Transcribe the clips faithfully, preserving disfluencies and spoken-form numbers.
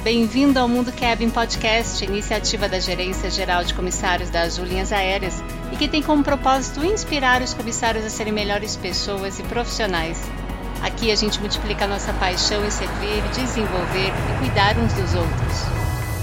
bem-vindo ao Mundo Cabin Podcast, iniciativa da Gerência Geral de Comissários das Azul Linhas Aéreas e que tem como propósito inspirar os comissários a serem melhores pessoas e profissionais. Aqui a gente multiplica a nossa paixão em servir, desenvolver e cuidar uns dos outros.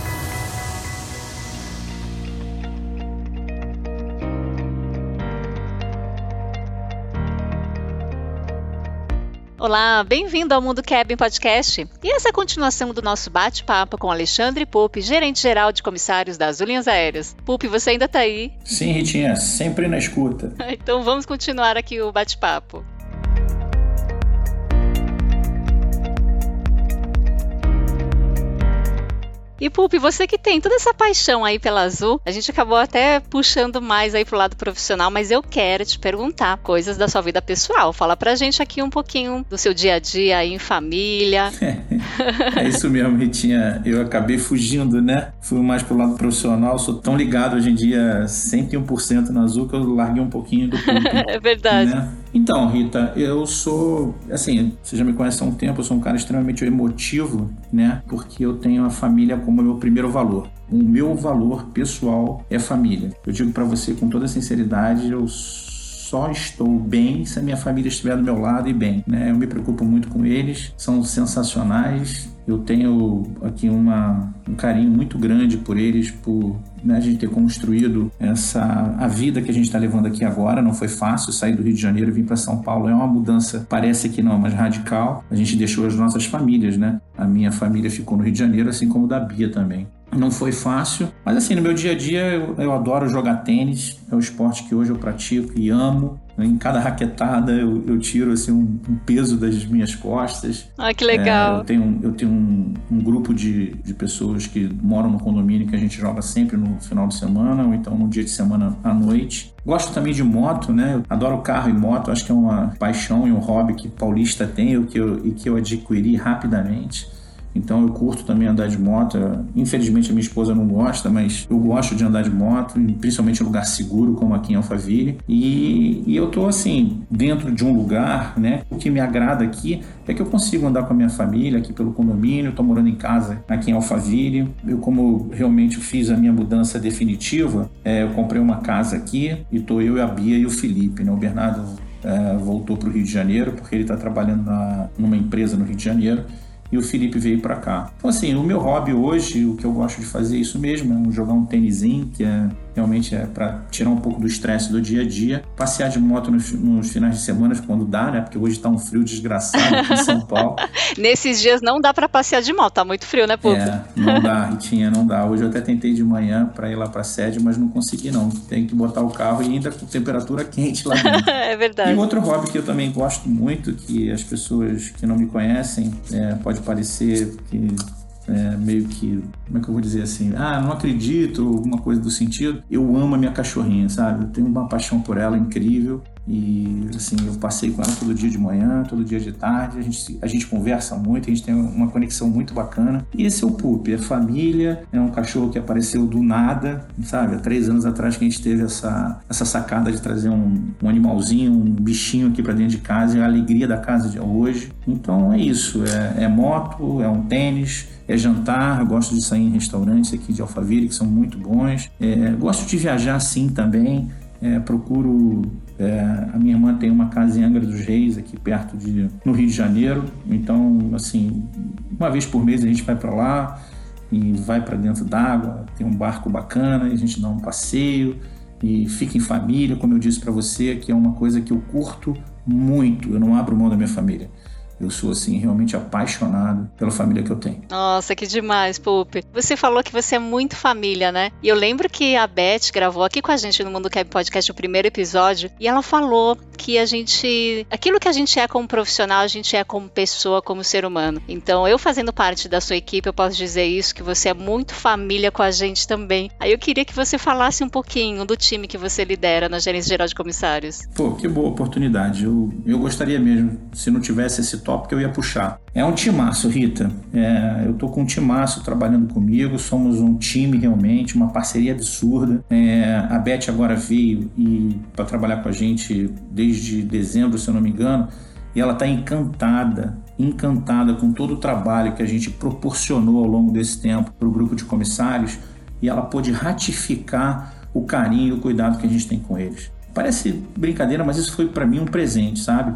Olá, bem-vindo ao Mundo Cabin Podcast. E essa é a continuação do nosso bate-papo com Alexandre Pupi, gerente-geral de comissários das Azul Linhas Aéreas. Pupi, você ainda está aí? Sim, Ritinha, sempre na escuta. Então vamos continuar aqui o bate-papo. E Pupi, você que tem toda essa paixão aí pela Azul, a gente acabou até puxando mais aí pro lado profissional, mas eu quero te perguntar coisas da sua vida pessoal. Fala pra gente aqui um pouquinho do seu dia a dia aí em família. É, é isso mesmo, Ritinha. Eu acabei fugindo, né? Fui mais pro lado profissional, sou tão ligado hoje em dia cento e um por cento na Azul que eu larguei um pouquinho do Pupi. É verdade. Né? Então, Rita, eu sou, assim, você já me conhece há um tempo, eu sou um cara extremamente emotivo, né? Porque eu tenho a família como meu primeiro valor. O meu valor pessoal é família. Eu digo pra você com toda sinceridade, eu só estou bem se a minha família estiver do meu lado e bem, né? Eu me preocupo muito com eles, são sensacionais. Eu tenho aqui uma, um carinho muito grande por eles, por, né, a gente ter construído essa, a vida que a gente está levando aqui agora. Não foi fácil sair do Rio de Janeiro e vir para São Paulo. É uma mudança, parece que não, mas radical. A gente deixou as nossas famílias, né? A minha família ficou no Rio de Janeiro, assim como da Bia também. Não foi fácil, mas assim, no meu dia a dia eu, eu adoro jogar tênis, é o esporte que hoje eu pratico e amo. Em cada raquetada eu, eu tiro assim, um, um peso das minhas costas. Ah, que legal! É, eu tenho, eu tenho um, um grupo de, de pessoas que moram no condomínio que a gente joga sempre no final de semana, ou então no dia de semana à noite. Gosto também de moto, né? Eu adoro carro e moto, acho que é uma paixão e um hobby que paulista tem e que eu, e que eu adquiri rapidamente. Então eu curto também andar de moto. Infelizmente a minha esposa não gosta, mas eu gosto de andar de moto, principalmente em lugar seguro como aqui em Alphaville. E, e eu tô assim, dentro de um lugar, né? O que me agrada aqui é que eu consigo andar com a minha família aqui pelo condomínio. Tô morando em casa aqui em Alphaville. Eu, como realmente fiz a minha mudança definitiva, é, eu comprei uma casa aqui e tô eu e a Bia e o Felipe, né? O Bernardo é, voltou pro Rio de Janeiro porque ele tá trabalhando na, numa empresa no Rio de Janeiro. E o Felipe veio pra cá. Então assim, o meu hobby hoje, o que eu gosto de fazer é isso mesmo, é jogar um tênisinho, que é, realmente é pra tirar um pouco do estresse do dia a dia. Passear de moto nos, nos finais de semana, quando dá, né? Porque hoje tá um frio desgraçado aqui em São Paulo. Nesses dias não dá pra passear de moto, tá muito frio, né, Pupi? É, não dá, Ritinha, não dá. Hoje eu até tentei de manhã pra ir lá pra sede, mas não consegui não. Tem que botar o carro e ainda com temperatura quente lá dentro. É verdade. E outro hobby que eu também gosto muito, que as pessoas que não me conhecem, é, pode parecer que é meio que, como é que eu vou dizer assim, ah, não acredito, alguma coisa do sentido. Eu amo a minha cachorrinha, sabe? Eu tenho uma paixão por ela incrível. E assim, eu passei com ela todo dia de manhã, todo dia de tarde, a gente, a gente conversa muito, a gente tem uma conexão muito bacana. E esse é o Pupi, é família, é um cachorro que apareceu do nada, sabe? Há três anos atrás que a gente teve essa, essa sacada de trazer um, um animalzinho, um bichinho aqui pra dentro de casa, é a alegria da casa de hoje. Então é isso, é, é moto, é um tênis, é jantar. Eu gosto de sair em restaurantes aqui de Alphaville que são muito bons. É, gosto de viajar sim também. É, procuro, é, a minha irmã tem uma casa em Angra dos Reis aqui perto de, no Rio de Janeiro, então assim, uma vez por mês a gente vai para lá e vai para dentro d'água, tem um barco bacana, a gente dá um passeio e fica em família. Como eu disse para você, que é uma coisa que eu curto muito, eu não abro mão da minha família. Eu sou, assim, realmente apaixonado pela família que eu tenho. Nossa, que demais, Pupi. Você falou que você é muito família, né? E eu lembro que a Beth gravou aqui com a gente no Mundo Cabin Podcast o primeiro episódio, e ela falou que a gente... aquilo que a gente é como profissional, a gente é como pessoa, como ser humano. Então, eu fazendo parte da sua equipe, eu posso dizer isso, que você é muito família com a gente também. Aí eu queria que você falasse um pouquinho do time que você lidera na Gerência Geral de Comissários. Pô, que boa oportunidade. Eu, eu gostaria mesmo, se não tivesse esse tópico, eu ia puxar. É um timaço, Rita. É, eu tô com um timaço trabalhando comigo, somos um time realmente, uma parceria absurda. É, a Beth agora veio para trabalhar com a gente desde dezembro, se eu não me engano, e ela tá encantada encantada com todo o trabalho que a gente proporcionou ao longo desse tempo para o grupo de comissários e ela pôde ratificar o carinho e o cuidado que a gente tem com eles. Parece brincadeira, mas isso foi para mim um presente, sabe?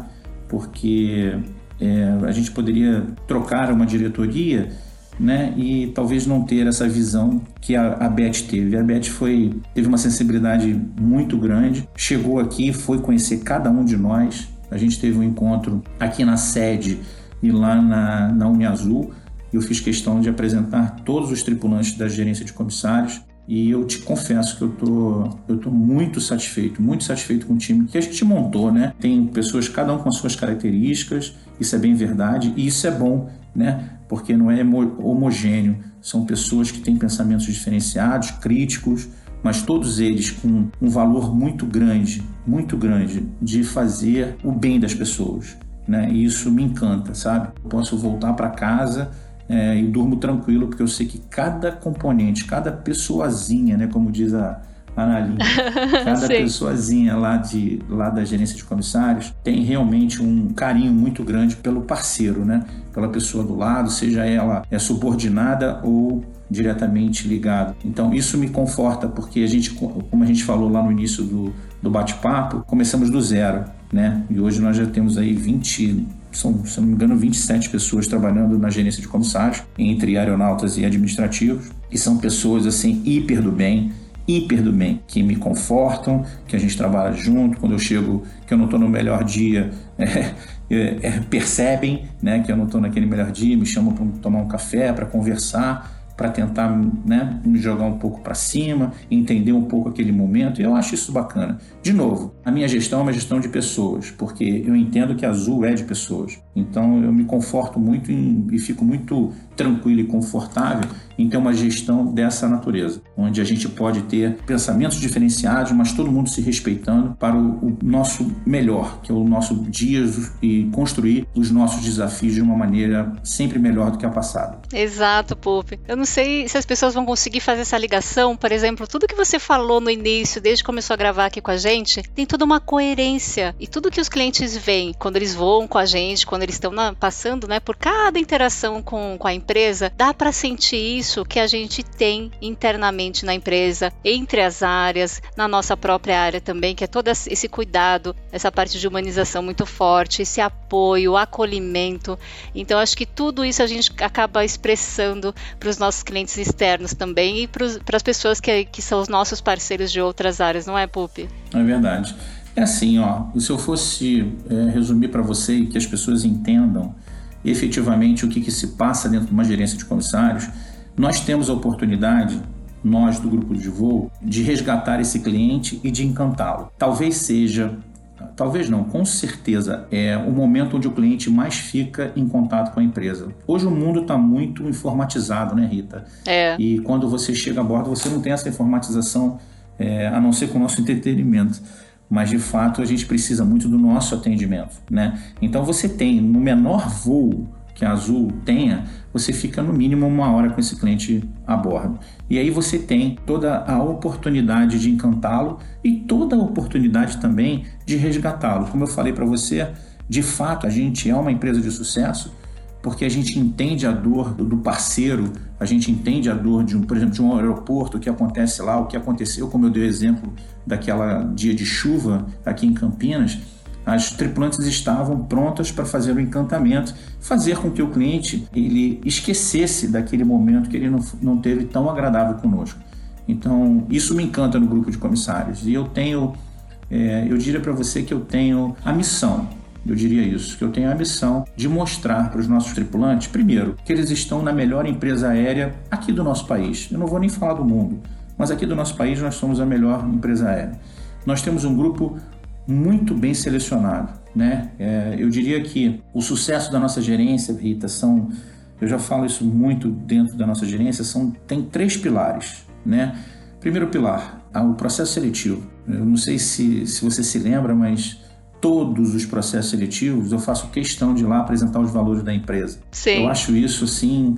Porque é, a gente poderia trocar uma diretoria, né, e talvez não ter essa visão que a, a Beth teve. A Beth foi, teve uma sensibilidade muito grande, chegou aqui, foi conhecer cada um de nós. A gente teve um encontro aqui na sede e lá na, na Uniazul. Eu fiz questão de apresentar todos os tripulantes da gerência de comissários e eu te confesso que eu tô, eu tô muito satisfeito, muito satisfeito com o time que a gente montou, né? Tem pessoas, cada um com as suas características, isso é bem verdade e isso é bom, né? Porque não é homogêneo, são pessoas que têm pensamentos diferenciados, críticos, mas todos eles com um valor muito grande, muito grande de fazer o bem das pessoas, né? E isso me encanta, sabe? Eu posso voltar para casa é, e durmo tranquilo, porque eu sei que cada componente, cada pessoazinha, né, como diz a Analinha, cada pessoazinha lá, de, lá da gerência de comissários tem realmente um carinho muito grande pelo parceiro, né? Pela pessoa do lado, seja ela é subordinada ou diretamente ligada. Então isso me conforta, porque a gente, como a gente falou lá no início do, do bate-papo, começamos do zero, né? E hoje nós já temos aí vinte, são, se não me engano, vinte e sete pessoas trabalhando na gerência de comissários, entre aeronautas e administrativos, e são pessoas assim hiper do bem, hiper do bem, que me confortam, que a gente trabalha junto. Quando eu chego, que eu não estou no melhor dia, é, é, é, percebem, né, que eu não estou naquele melhor dia, me chamam para tomar um café, para conversar, para tentar, né, me jogar um pouco para cima, entender um pouco aquele momento, e eu acho isso bacana. De novo, a minha gestão é uma gestão de pessoas, porque eu entendo que a Azul é de pessoas, então eu me conforto muito em, e fico muito tranquilo e confortável em ter uma gestão dessa natureza, onde a gente pode ter pensamentos diferenciados, mas todo mundo se respeitando para o, o nosso melhor, que é o nosso dia, e construir os nossos desafios de uma maneira sempre melhor do que a passada. Exato, Pupi. Eu não sei se as pessoas vão conseguir fazer essa ligação. Por exemplo, tudo que você falou no início, desde que começou a gravar aqui com a gente, tem toda uma coerência, e tudo que os clientes veem quando eles voam com a gente, quando eles estão na, passando, né, por cada interação com, com a empresa, dá para sentir isso que a gente tem internamente na empresa, entre as áreas, na nossa própria área também, que é todo esse cuidado, essa parte de humanização muito forte, esse apoio, o acolhimento. Então acho que tudo isso a gente acaba expressando para os nossos clientes externos também e para as pessoas que, que são os nossos parceiros de outras áreas, não é, Pupi? É verdade. É assim, ó, se eu fosse é, resumir para você e que as pessoas entendam efetivamente o que, que se passa dentro de uma gerência de comissários, nós temos a oportunidade, nós do grupo de voo, de resgatar esse cliente e de encantá-lo. Talvez seja, talvez não, com certeza é o momento onde o cliente mais fica em contato com a empresa. Hoje o mundo está muito informatizado, né, Rita? É. E quando você chega a bordo, você não tem essa informatização, é, a não ser com o nosso entretenimento. Mas, de fato, a gente precisa muito do nosso atendimento, né? Então, você tem, no menor voo que a Azul tenha, você fica no mínimo uma hora com esse cliente a bordo. E aí você tem toda a oportunidade de encantá-lo e toda a oportunidade também de resgatá-lo. Como eu falei para você, de fato, a gente é uma empresa de sucesso porque a gente entende a dor do parceiro, a gente entende a dor, de um, por exemplo, de um aeroporto, o que acontece lá, o que aconteceu, como eu dei o exemplo daquela dia de chuva aqui em Campinas. As tripulantes estavam prontas para fazer o encantamento, fazer com que o cliente ele esquecesse daquele momento que ele não, não teve tão agradável conosco. Então, isso me encanta no grupo de comissários. E eu tenho, é, eu diria para você que eu tenho a missão, eu diria isso, que eu tenho a missão de mostrar para os nossos tripulantes, primeiro, que eles estão na melhor empresa aérea aqui do nosso país. Eu não vou nem falar do mundo, mas aqui do nosso país nós somos a melhor empresa aérea. Nós temos um grupo muito bem selecionado, né? É, eu diria que o sucesso da nossa gerência, Rita, são, eu já falo isso muito dentro da nossa gerência, são, tem três pilares, né? Primeiro pilar, o processo seletivo. Eu não sei se, se você se lembra, mas todos os processos seletivos eu faço questão de ir lá apresentar os valores da empresa. Sim. Eu acho isso, assim,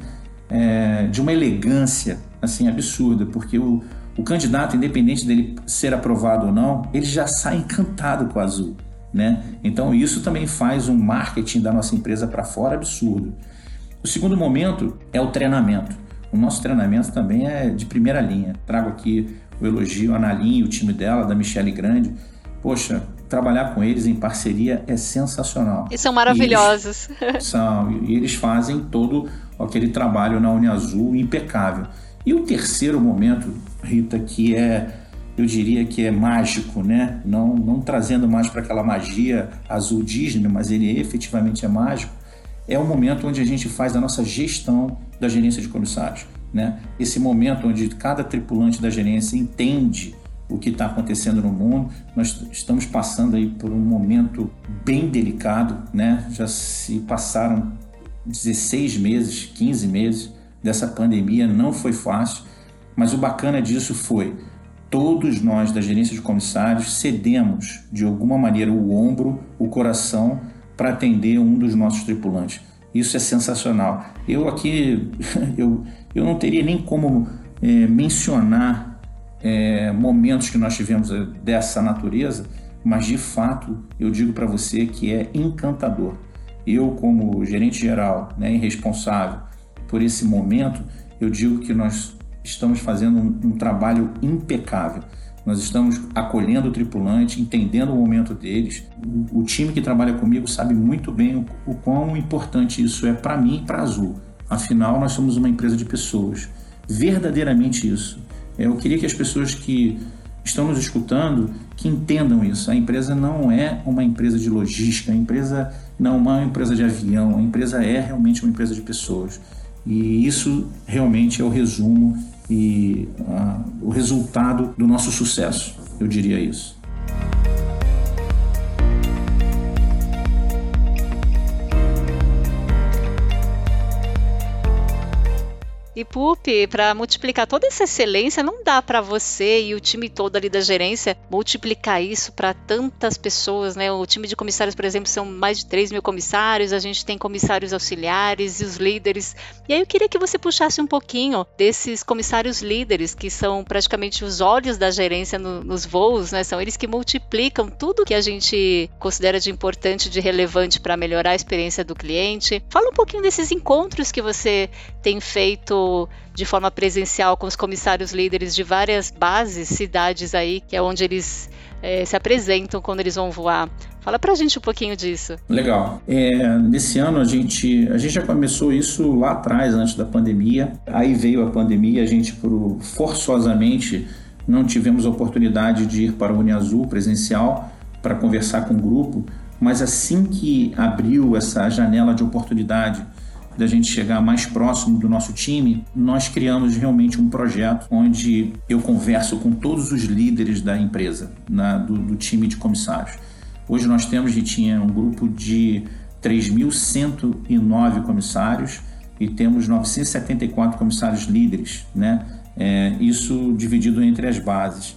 é, de uma elegância, assim, absurda, porque o O candidato, independente dele ser aprovado ou não, ele já sai encantado com a Azul. né? Então isso também faz um marketing da nossa empresa para fora absurdo. O segundo momento é o treinamento. O nosso treinamento também é de primeira linha. Trago aqui o elogio à Naline e o time dela, da Michele Grande. Poxa, trabalhar com eles em parceria é sensacional. E são maravilhosos. E eles, são, e eles fazem todo aquele trabalho na Uniazul impecável. E o terceiro momento, Rita, que é, eu diria que é mágico, né? Não, não trazendo mais para aquela magia azul Disney, mas ele efetivamente é mágico, é o momento onde a gente faz a nossa gestão da gerência de comissários, né? Esse momento onde cada tripulante da gerência entende o que está acontecendo no mundo. Nós estamos passando aí por um momento bem delicado, né? Já se passaram dezesseis meses, quinze meses dessa pandemia, não foi fácil, mas o bacana disso foi todos nós da gerência de comissários cedemos de alguma maneira o ombro, o coração para atender um dos nossos tripulantes. Isso é sensacional. Eu aqui, eu, eu não teria nem como é, mencionar é, momentos que nós tivemos dessa natureza, mas de fato eu digo para você que é encantador. Eu, como gerente geral, né, e responsável por esse momento, eu digo que nós estamos fazendo um, um trabalho impecável. Nós estamos acolhendo o tripulante, entendendo o momento deles. O, o time que trabalha comigo sabe muito bem o, o quão importante isso é para mim e para a Azul. Afinal, nós somos uma empresa de pessoas. Verdadeiramente isso. Eu queria que as pessoas que estão nos escutando, que entendam isso. A empresa não é uma empresa de logística, a empresa não é uma empresa de avião, a empresa é realmente uma empresa de pessoas. E isso realmente é o resumo e uh, o resultado do nosso sucesso, eu diria isso. E Pupi, para multiplicar toda essa excelência, não dá para você e o time todo ali da gerência multiplicar isso para tantas pessoas, né? O time de comissários, por exemplo, são mais de três mil comissários, a gente tem comissários auxiliares e os líderes. E aí eu queria que você puxasse um pouquinho desses comissários líderes, que são praticamente os olhos da gerência no, nos voos, né? São eles que multiplicam tudo que a gente considera de importante, de relevante para melhorar a experiência do cliente. Fala um pouquinho desses encontros que você tem feito de forma presencial com os comissários líderes de várias bases, cidades aí, que é onde eles é, se apresentam quando eles vão voar. Fala pra gente um pouquinho disso. Legal. É, nesse ano a gente, a gente já começou isso lá atrás, antes da pandemia. Aí veio a pandemia, a gente por, forçosamente não tivemos a oportunidade de ir para o Uniazul presencial para conversar com o grupo, mas assim que abriu essa janela de oportunidade da gente chegar mais próximo do nosso time, nós criamos realmente um projeto onde eu converso com todos os líderes da empresa, na, do, do time de comissários. Hoje nós temos, Ritinha, um grupo de três mil cento e nove comissários e temos novecentos e setenta e quatro comissários líderes, né? É, isso dividido entre as bases.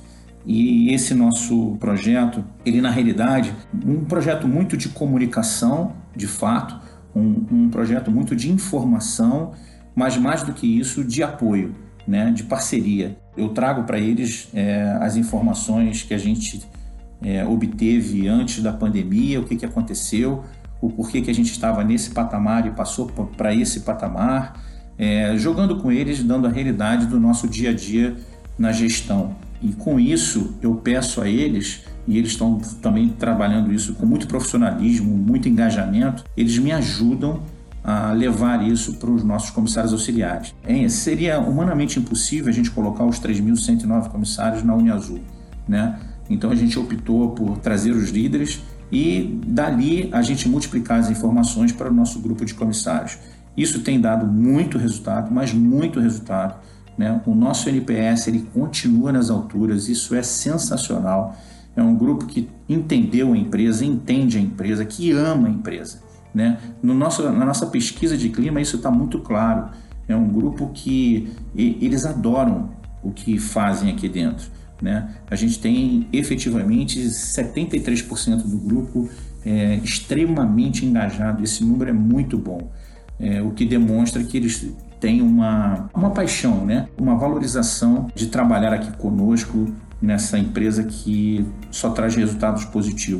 E esse nosso projeto, ele na realidade, um projeto muito de comunicação, de fato, Um, um projeto muito de informação, mas mais do que isso, de apoio, né, de parceria. Eu trago para eles é, as informações que a gente é, obteve antes da pandemia, o que, que aconteceu, o porquê que a gente estava nesse patamar e passou para esse patamar, é, jogando com eles, dando a realidade do nosso dia a dia na gestão. E com isso eu peço a eles, e eles estão também trabalhando isso com muito profissionalismo, muito engajamento, eles me ajudam a levar isso para os nossos comissários auxiliares. É, seria humanamente impossível a gente colocar os três mil cento e nove comissários na Uniazul, né? Então a gente optou por trazer os líderes e dali a gente multiplicar as informações para o nosso grupo de comissários. Isso tem dado muito resultado, mas muito resultado, né? O nosso N P S ele continua nas alturas, isso é sensacional. É um grupo que entendeu a empresa, entende a empresa, que ama a empresa, né? No nosso, na nossa pesquisa de clima isso está muito claro. É um grupo que e, eles adoram o que fazem aqui dentro, né? A gente tem efetivamente setenta e três por cento do grupo é, extremamente engajado. Esse número é muito bom, é, o que demonstra que eles têm uma, uma paixão, né? Uma valorização de trabalhar aqui conosco, nessa empresa que só traz resultados positivos.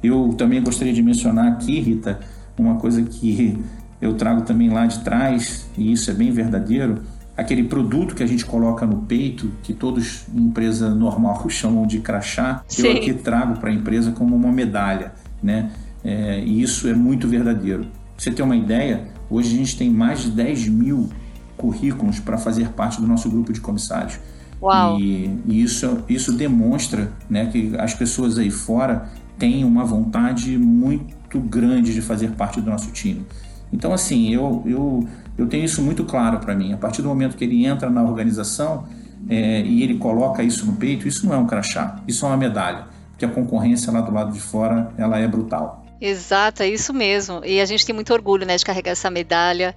Eu também gostaria de mencionar aqui, Rita, uma coisa que eu trago também lá de trás, e isso é bem verdadeiro, aquele produto que a gente coloca no peito, que todos em empresa normal chamam de crachá, Sim. eu aqui trago para a empresa como uma medalha, né? É, e isso é muito verdadeiro. Pra você ter uma ideia, hoje a gente tem mais de dez mil currículos para fazer parte do nosso grupo de comissários. Uau. E, e isso, isso demonstra, né, que as pessoas aí fora têm uma vontade muito grande de fazer parte do nosso time. Então, assim, eu, eu, eu tenho isso muito claro para mim. A partir do momento que ele entra na organização é, e ele coloca isso no peito, isso não é um crachá, isso é uma medalha, porque a concorrência lá do lado de fora, ela é brutal. Exato, é isso mesmo. E a gente tem muito orgulho, né, de carregar essa medalha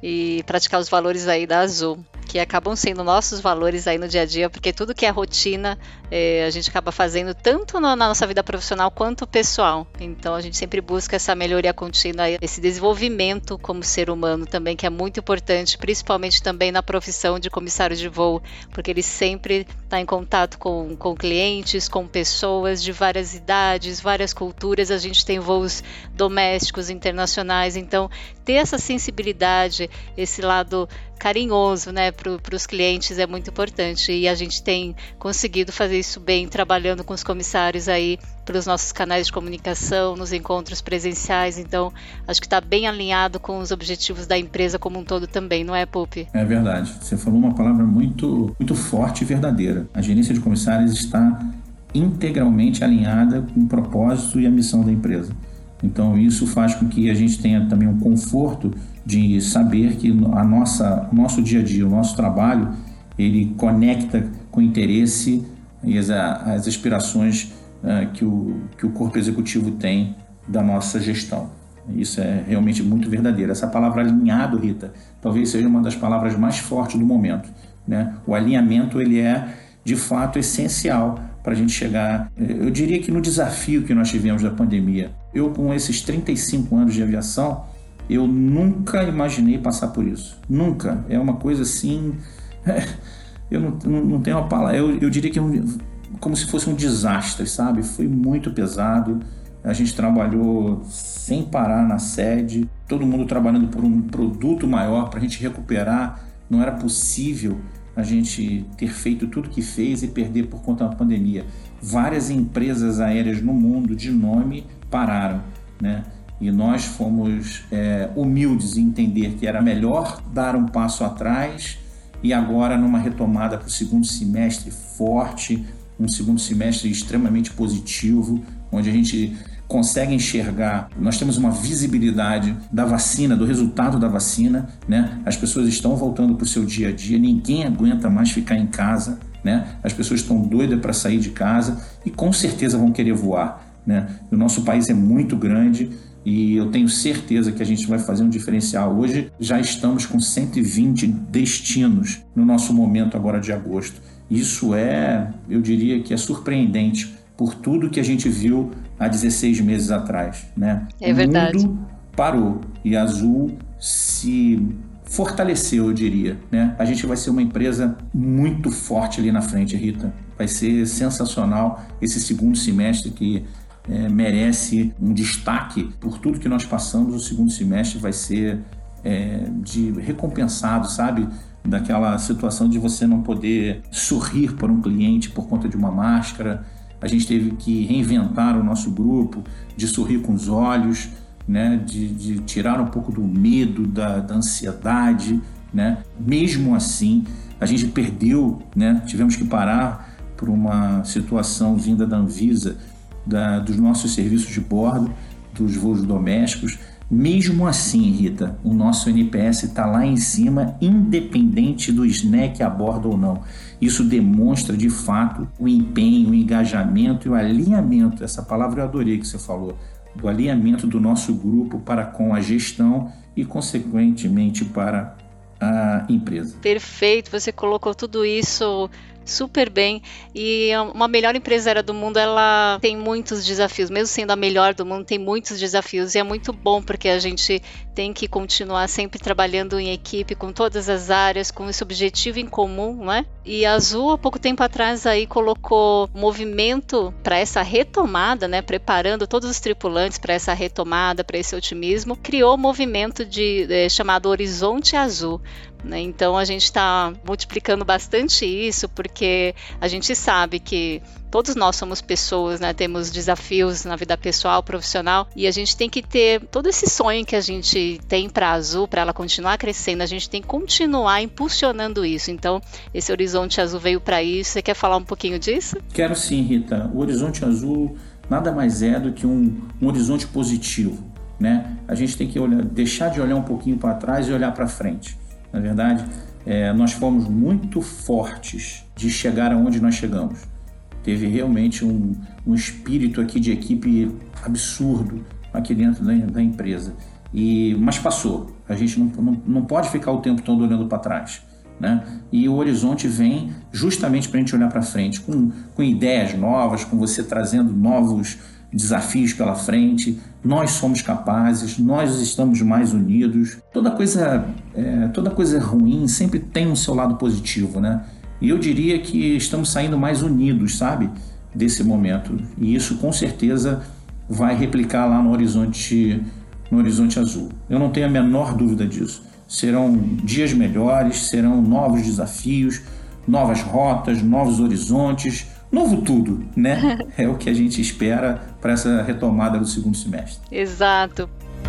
e praticar os valores aí da Azul, que acabam sendo nossos valores aí no dia a dia, porque tudo que é rotina, é, a gente acaba fazendo tanto no, na nossa vida profissional quanto pessoal. Então a gente sempre busca essa melhoria contínua, esse desenvolvimento como ser humano também, que é muito importante, principalmente também na profissão de comissário de voo, porque ele sempre está em contato com, com clientes, com pessoas de várias idades, várias culturas. A gente tem voos domésticos, internacionais, então ter essa sensibilidade, esse lado carinhoso, né, para os clientes é muito importante, e a gente tem conseguido fazer isso bem, trabalhando com os comissários aí pelos nossos canais de comunicação, nos encontros presenciais. Então acho que está bem alinhado com os objetivos da empresa como um todo também, não é, Pupi? É verdade, você falou uma palavra muito, muito forte e verdadeira. A gerência de comissários está integralmente alinhada com o propósito e a missão da empresa. Então isso faz com que a gente tenha também um conforto de saber que a nossa, o nosso dia a dia, o nosso trabalho, ele conecta com o interesse e as, as aspirações uh, que, o, que o corpo executivo tem da nossa gestão. Isso é realmente muito verdadeiro. Essa palavra alinhado, Rita, talvez seja uma das palavras mais fortes do momento, né? O alinhamento, ele é de fato essencial para a gente chegar, eu diria que no desafio que nós tivemos da pandemia. Eu, com esses trinta e cinco anos de aviação, eu nunca imaginei passar por isso. Nunca. É uma coisa assim... Eu não, não, não tenho uma palavra... Eu, eu diria que é um, como se fosse um desastre, sabe? Foi muito pesado. A gente trabalhou sem parar na sede. Todo mundo trabalhando por um produto maior para a gente recuperar. Não era possível a gente ter feito tudo que fez e perder por conta da pandemia. Várias empresas aéreas no mundo de nome pararam, né? E nós fomos é, humildes em entender que era melhor dar um passo atrás e agora numa retomada para o segundo semestre forte, um segundo semestre extremamente positivo, onde a gente consegue enxergar, nós temos uma visibilidade da vacina, do resultado da vacina, né? As pessoas estão voltando para o seu dia a dia, ninguém aguenta mais ficar em casa, né? As pessoas estão doidas para sair de casa e com certeza vão querer voar, né? O nosso país é muito grande e eu tenho certeza que a gente vai fazer um diferencial. Hoje já estamos com cento e vinte destinos no nosso momento agora de agosto. Isso é, eu diria que é surpreendente por tudo que a gente viu há dezesseis meses atrás, né? É verdade. O mundo parou e a Azul se fortaleceu, eu diria, né? A gente vai ser uma empresa muito forte ali na frente, Rita. Vai ser sensacional esse segundo semestre que é, merece um destaque por tudo que nós passamos. O segundo semestre vai ser é, de recompensado, sabe? Daquela situação de você não poder sorrir para um cliente por conta de uma máscara. A gente teve que reinventar o nosso grupo, de sorrir com os olhos, né? de, de tirar um pouco do medo, da, da ansiedade, né? Mesmo assim, a gente perdeu, né? Tivemos que parar por uma situação vinda da Anvisa, da, dos nossos serviços de bordo, dos voos domésticos. Mesmo assim, Rita, o nosso N P S está lá em cima, independente do snack a bordo ou não. Isso demonstra, de fato, o empenho, o engajamento e o alinhamento, essa palavra eu adorei que você falou, do alinhamento do nosso grupo para com a gestão e, consequentemente, para a empresa. Perfeito, você colocou tudo isso super bem. E uma melhor empresária do mundo, ela tem muitos desafios, mesmo sendo a melhor do mundo, tem muitos desafios, e é muito bom porque a gente tem que continuar sempre trabalhando em equipe, com todas as áreas, com esse objetivo em comum, né? E a Azul, há pouco tempo atrás, aí colocou movimento para essa retomada, né? Preparando todos os tripulantes para essa retomada, para esse otimismo, criou o um movimento de, é, chamado Horizonte Azul. Então a gente está multiplicando bastante isso, porque a gente sabe que todos nós somos pessoas, né? Temos desafios na vida pessoal, profissional, e a gente tem que ter todo esse sonho que a gente tem para a Azul, para ela continuar crescendo, a gente tem que continuar impulsionando isso. Então esse Horizonte Azul veio para isso. Você quer falar um pouquinho disso? Quero sim, Rita. O Horizonte Azul nada mais é do que um, um horizonte positivo, né? A gente tem que olhar, deixar de olhar um pouquinho para trás e olhar para frente. Na verdade, é, nós fomos muito fortes de chegar aonde nós chegamos. Teve realmente um, um espírito aqui de equipe absurdo aqui dentro da, da empresa. E, mas passou. A gente não, não, não pode ficar o tempo todo olhando para trás, né? E o Horizonte vem justamente para a gente olhar para frente, com, com ideias novas, com você trazendo novos desafios pela frente. Nós somos capazes, nós estamos mais unidos. Toda coisa, é, toda coisa ruim sempre tem um seu lado positivo, né? E eu diria que estamos saindo mais unidos, sabe, desse momento. E isso com certeza vai replicar lá no Horizonte, no Horizonte Azul. Eu não tenho a menor dúvida disso. Serão dias melhores, serão novos desafios, novas rotas, novos horizontes, novo tudo, né? É o que a gente espera para essa retomada do segundo semestre. Exato.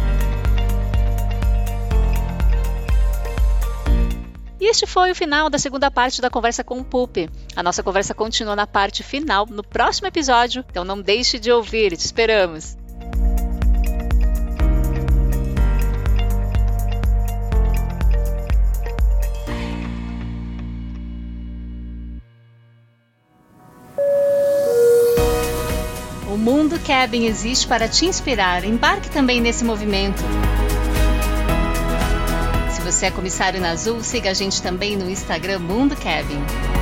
E este foi o final da segunda parte da conversa com o Pupi. A nossa conversa continua na parte final, no próximo episódio, então não deixe de ouvir, te esperamos. O Mundo Cabin existe para te inspirar. Embarque também nesse movimento. Se você é comissário na Azul, siga a gente também no Instagram Mundo Cabin.